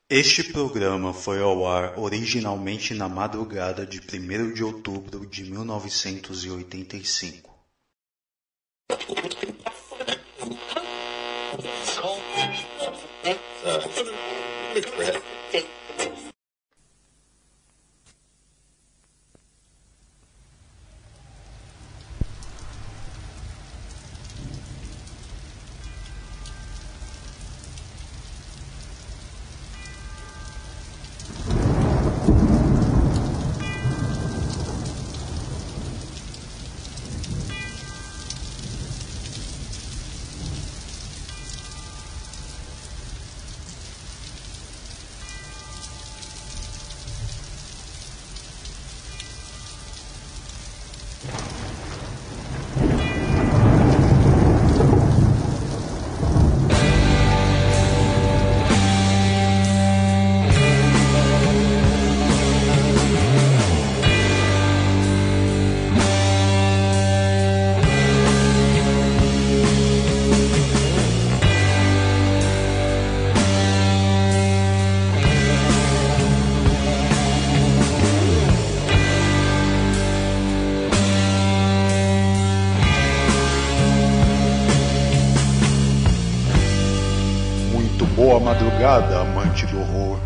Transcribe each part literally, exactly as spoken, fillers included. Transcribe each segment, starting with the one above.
Este programa foi ao ar originalmente na madrugada de primeiro de outubro de mil novecentos e oitenta e cinco. Boa madrugada, amante do horror.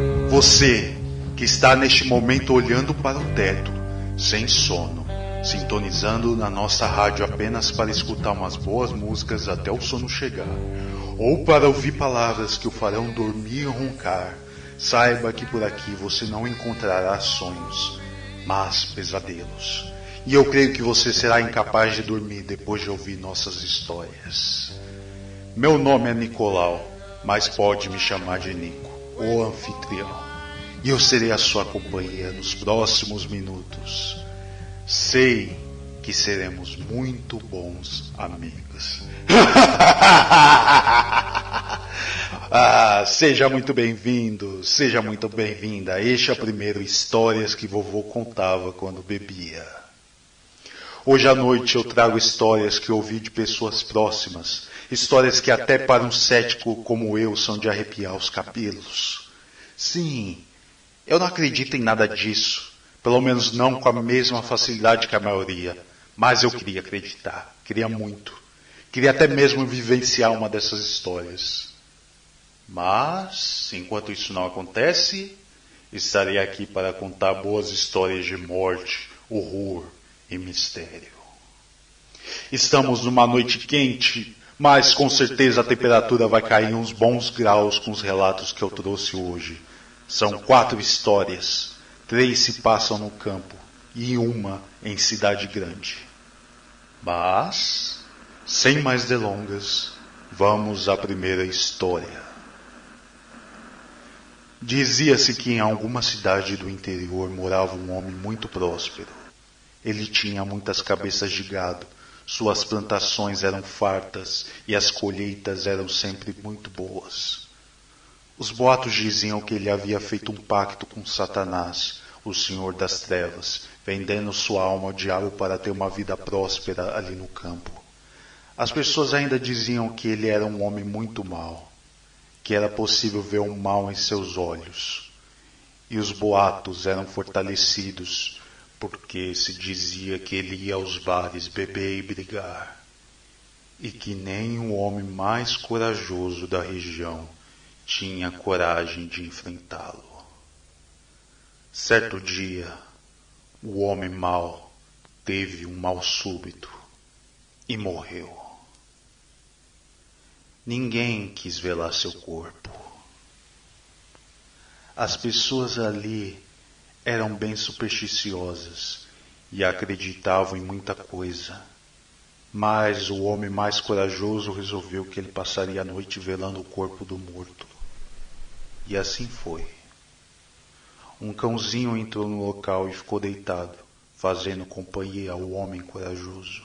Você que está neste momento olhando para o teto, sem sono, sintonizando na nossa rádio apenas para escutar umas boas músicas até o sono chegar, ou para ouvir palavras que o farão dormir e roncar, saiba que por aqui você não encontrará sonhos, mas pesadelos. E eu creio que você será incapaz de dormir depois de ouvir nossas histórias. Meu nome é Nicolau, mas pode me chamar de Nico, o anfitrião, e eu serei a sua companhia nos próximos minutos. Sei que seremos muito bons amigos. Ah, seja muito bem-vindo, seja muito bem-vinda. Este é o primeiro Histórias que Vovô Contava Quando Bebia. Hoje à noite eu trago histórias que ouvi de pessoas próximas, histórias que até para um cético como eu são de arrepiar os cabelos. Sim, eu não acredito em nada disso, pelo menos não com a mesma facilidade que a maioria, mas eu queria acreditar, queria muito, queria até mesmo vivenciar uma dessas histórias. Mas, enquanto isso não acontece, estarei aqui para contar boas histórias de morte, horror e mistério. Estamos numa noite quente, mas com certeza a temperatura vai cair uns bons graus com os relatos que eu trouxe hoje. São quatro histórias, três se passam no campo e uma em cidade grande. Mas, sem mais delongas, vamos à primeira história. Dizia-se que em alguma cidade do interior morava um homem muito próspero. Ele tinha muitas cabeças de gado, suas plantações eram fartas e as colheitas eram sempre muito boas. Os boatos diziam que ele havia feito um pacto com Satanás, o senhor das trevas, vendendo sua alma ao diabo para ter uma vida próspera ali no campo. As pessoas ainda diziam que ele era um homem muito mau, que era possível ver o mal em seus olhos. E os boatos eram fortalecidos, porque se dizia que ele ia aos bares beber e brigar, e que nem o homem mais corajoso da região tinha coragem de enfrentá-lo. Certo dia, o homem mau teve um mal súbito e morreu. Ninguém quis velar seu corpo. As pessoas ali eram bem supersticiosas e acreditavam em muita coisa. Mas o homem mais corajoso resolveu que ele passaria a noite velando o corpo do morto. E assim foi. Um cãozinho entrou no local e ficou deitado, fazendo companhia ao homem corajoso.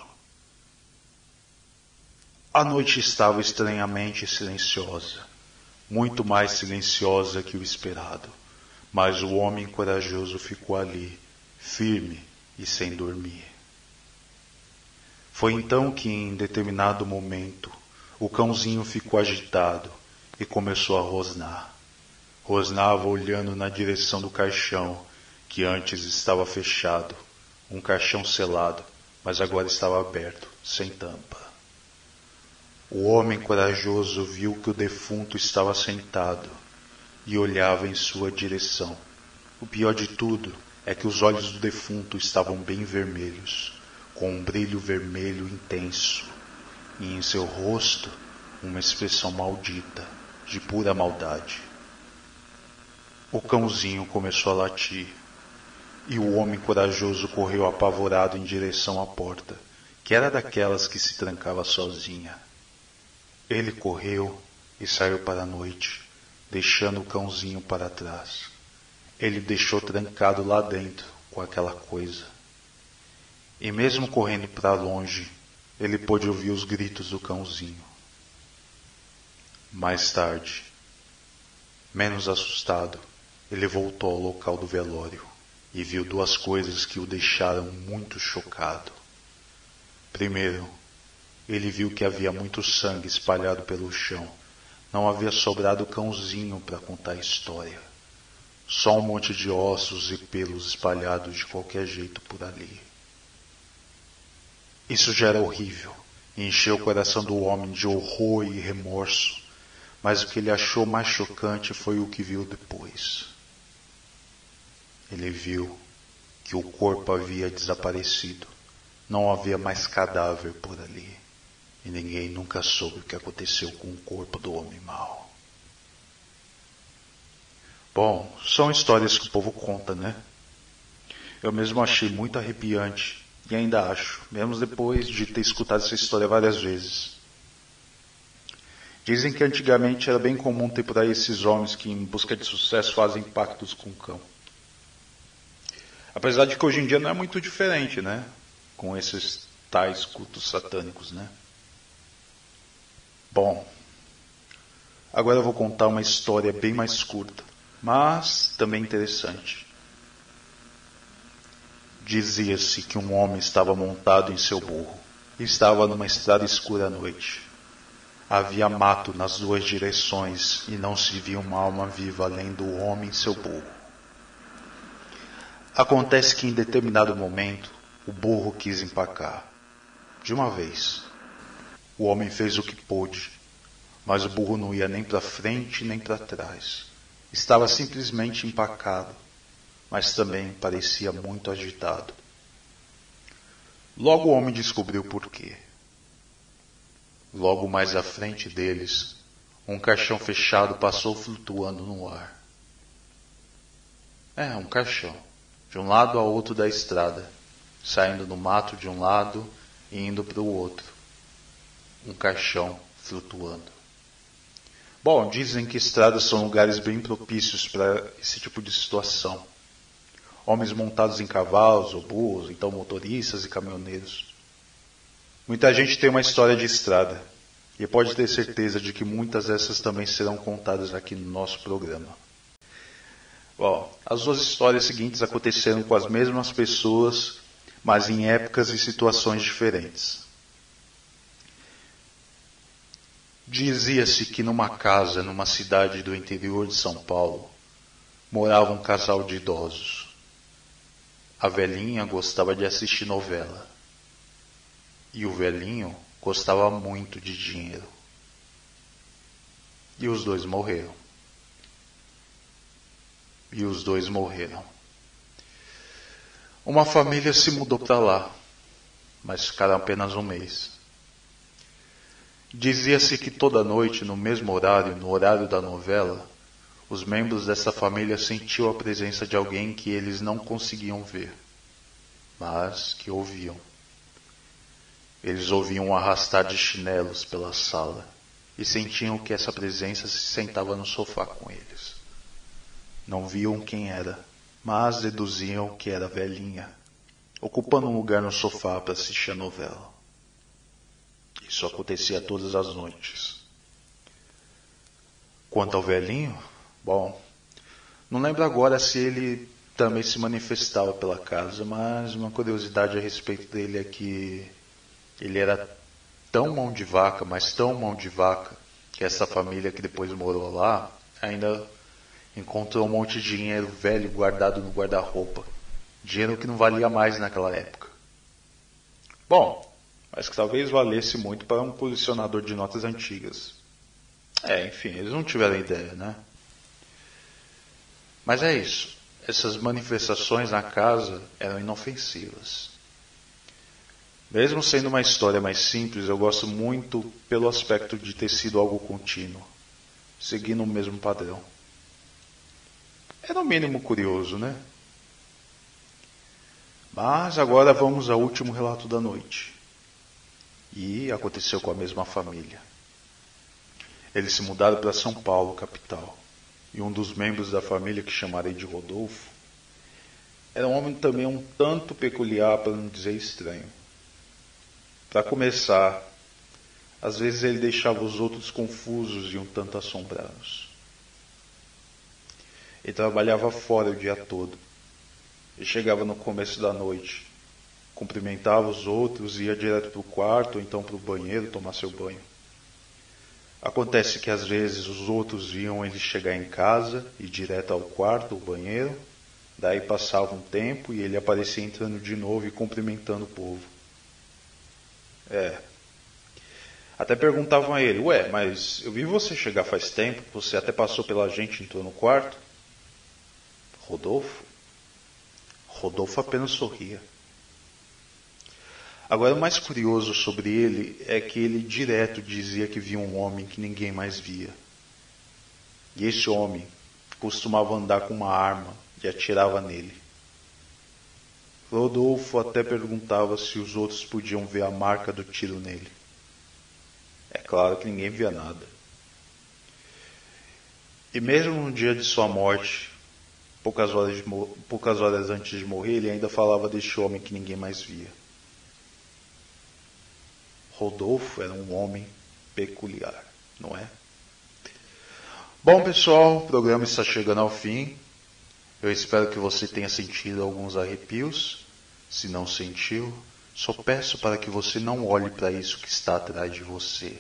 A noite estava estranhamente silenciosa, muito mais silenciosa que o esperado. Mas o homem corajoso ficou ali, firme e sem dormir. Foi então que, em determinado momento, o cãozinho ficou agitado e começou a rosnar. Rosnava olhando na direção do caixão, que antes estava fechado. Um caixão selado, mas agora estava aberto, sem tampa. O homem corajoso viu que o defunto estava sentado e olhava em sua direção. O pior de tudo é que os olhos do defunto estavam bem vermelhos, com um brilho vermelho intenso, e em seu rosto uma expressão maldita, de pura maldade. O cãozinho começou a latir, e o homem corajoso correu apavorado em direção à porta, que era daquelas que se trancava sozinha. Ele correu e saiu para a noite, deixando o cãozinho para trás. Ele o deixou trancado lá dentro com aquela coisa. E mesmo correndo para longe, ele pôde ouvir os gritos do cãozinho. Mais tarde, menos assustado, ele voltou ao local do velório e viu duas coisas que o deixaram muito chocado. Primeiro, ele viu que havia muito sangue espalhado pelo chão. Não havia sobrado cãozinho para contar a história. Só um monte de ossos e pelos espalhados de qualquer jeito por ali. Isso já era horrível e encheu o coração do homem de horror e remorso. Mas o que ele achou mais chocante foi o que viu depois. Ele viu que o corpo havia desaparecido. Não havia mais cadáver por ali. E ninguém nunca soube o que aconteceu com o corpo do homem mau. Bom, são histórias que o povo conta, né? Eu mesmo achei muito arrepiante. E ainda acho, mesmo depois de ter escutado essa história várias vezes. Dizem que antigamente era bem comum ter por aí esses homens que, em busca de sucesso, fazem pactos com o cão. Apesar de que hoje em dia não é muito diferente, né? Com esses tais cultos satânicos, né? Bom, agora eu vou contar uma história bem mais curta, mas também interessante. Dizia-se que um homem estava montado em seu burro e estava numa estrada escura à noite. Havia mato nas duas direções e não se via uma alma viva além do homem e seu burro. Acontece que em determinado momento o burro quis empacar. De uma vez. O homem fez o que pôde, mas o burro não ia nem para frente nem para trás. Estava simplesmente empacado, mas também parecia muito agitado. Logo o homem descobriu por quê. Logo mais à frente deles, um caixão fechado passou flutuando no ar. É, um caixão, de um lado ao outro da estrada, saindo do mato de um lado e indo para o outro. Um caixão flutuando. Bom, dizem que estradas são lugares bem propícios para esse tipo de situação. Homens montados em cavalos ou burros, então motoristas e caminhoneiros. Muita gente tem uma história de estrada, e pode ter certeza de que muitas dessas também serão contadas aqui no nosso programa. Bom, as duas histórias seguintes aconteceram com as mesmas pessoas, mas em épocas e situações diferentes. Dizia-se que numa casa, numa cidade do interior de São Paulo, morava um casal de idosos. A velhinha gostava de assistir novela. E o velhinho gostava muito de dinheiro. E os dois morreram. E os dois morreram. Uma família se mudou para lá, mas ficaram apenas um mês. Dizia-se que toda noite, no mesmo horário, no horário da novela, os membros dessa família sentiam a presença de alguém que eles não conseguiam ver, mas que ouviam. Eles ouviam um arrastar de chinelos pela sala e sentiam que essa presença se sentava no sofá com eles. Não viam quem era, mas deduziam que era a velhinha, ocupando um lugar no sofá para assistir a novela. Isso acontecia todas as noites. Quanto ao velhinho, bom, não lembro agora se ele também se manifestava pela casa, mas uma curiosidade a respeito dele é que ele era tão mão de vaca, mas tão mão de vaca, que essa família que depois morou lá ainda encontrou um monte de dinheiro velho guardado no guarda-roupa. Dinheiro que não valia mais naquela época. Bom, mas que talvez valesse muito para um colecionador de notas antigas. É, enfim, eles não tiveram ideia, né? Mas é isso. Essas manifestações na casa eram inofensivas. Mesmo sendo uma história mais simples, eu gosto muito pelo aspecto de ter sido algo contínuo, seguindo o mesmo padrão. É no mínimo curioso, né? Mas agora vamos ao último relato da noite. E aconteceu com a mesma família. Eles se mudaram para São Paulo, capital. E um dos membros da família, que chamarei de Rodolfo, era um homem também um tanto peculiar, para não dizer estranho. Para começar, às vezes ele deixava os outros confusos e um tanto assombrados. Ele trabalhava fora o dia todo. Ele chegava no começo da noite, cumprimentava os outros, ia direto para o quarto ou então para o banheiro tomar seu banho. Acontece que às vezes os outros viam ele chegar em casa e direto ao quarto ou banheiro, daí passava um tempo e ele aparecia entrando de novo e cumprimentando o povo. É. Até perguntavam a ele: ué, mas eu vi você chegar faz tempo, você até passou pela gente e entrou no quarto. Rodolfo? Rodolfo apenas sorria. Agora, o mais curioso sobre ele é que ele direto dizia que via um homem que ninguém mais via. E esse homem costumava andar com uma arma e atirava nele. Rodolfo até perguntava se os outros podiam ver a marca do tiro nele. É claro que ninguém via nada. E mesmo no dia de sua morte, poucas horas, de, poucas horas antes de morrer, ele ainda falava deste homem que ninguém mais via. Rodolfo era um homem peculiar, não é? Bom, pessoal, o programa está chegando ao fim. Eu espero que você tenha sentido alguns arrepios. Se não sentiu, só peço para que você não olhe para isso que está atrás de você.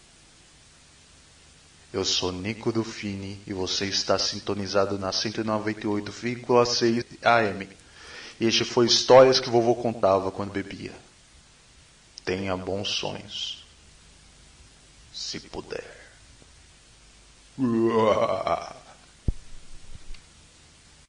Eu sou Nico Rufini e você está sintonizado na cento e noventa e oito vírgula seis A M. E este foi Histórias que Vovô Contava Quando Bebia. Tenha bons sonhos, se puder.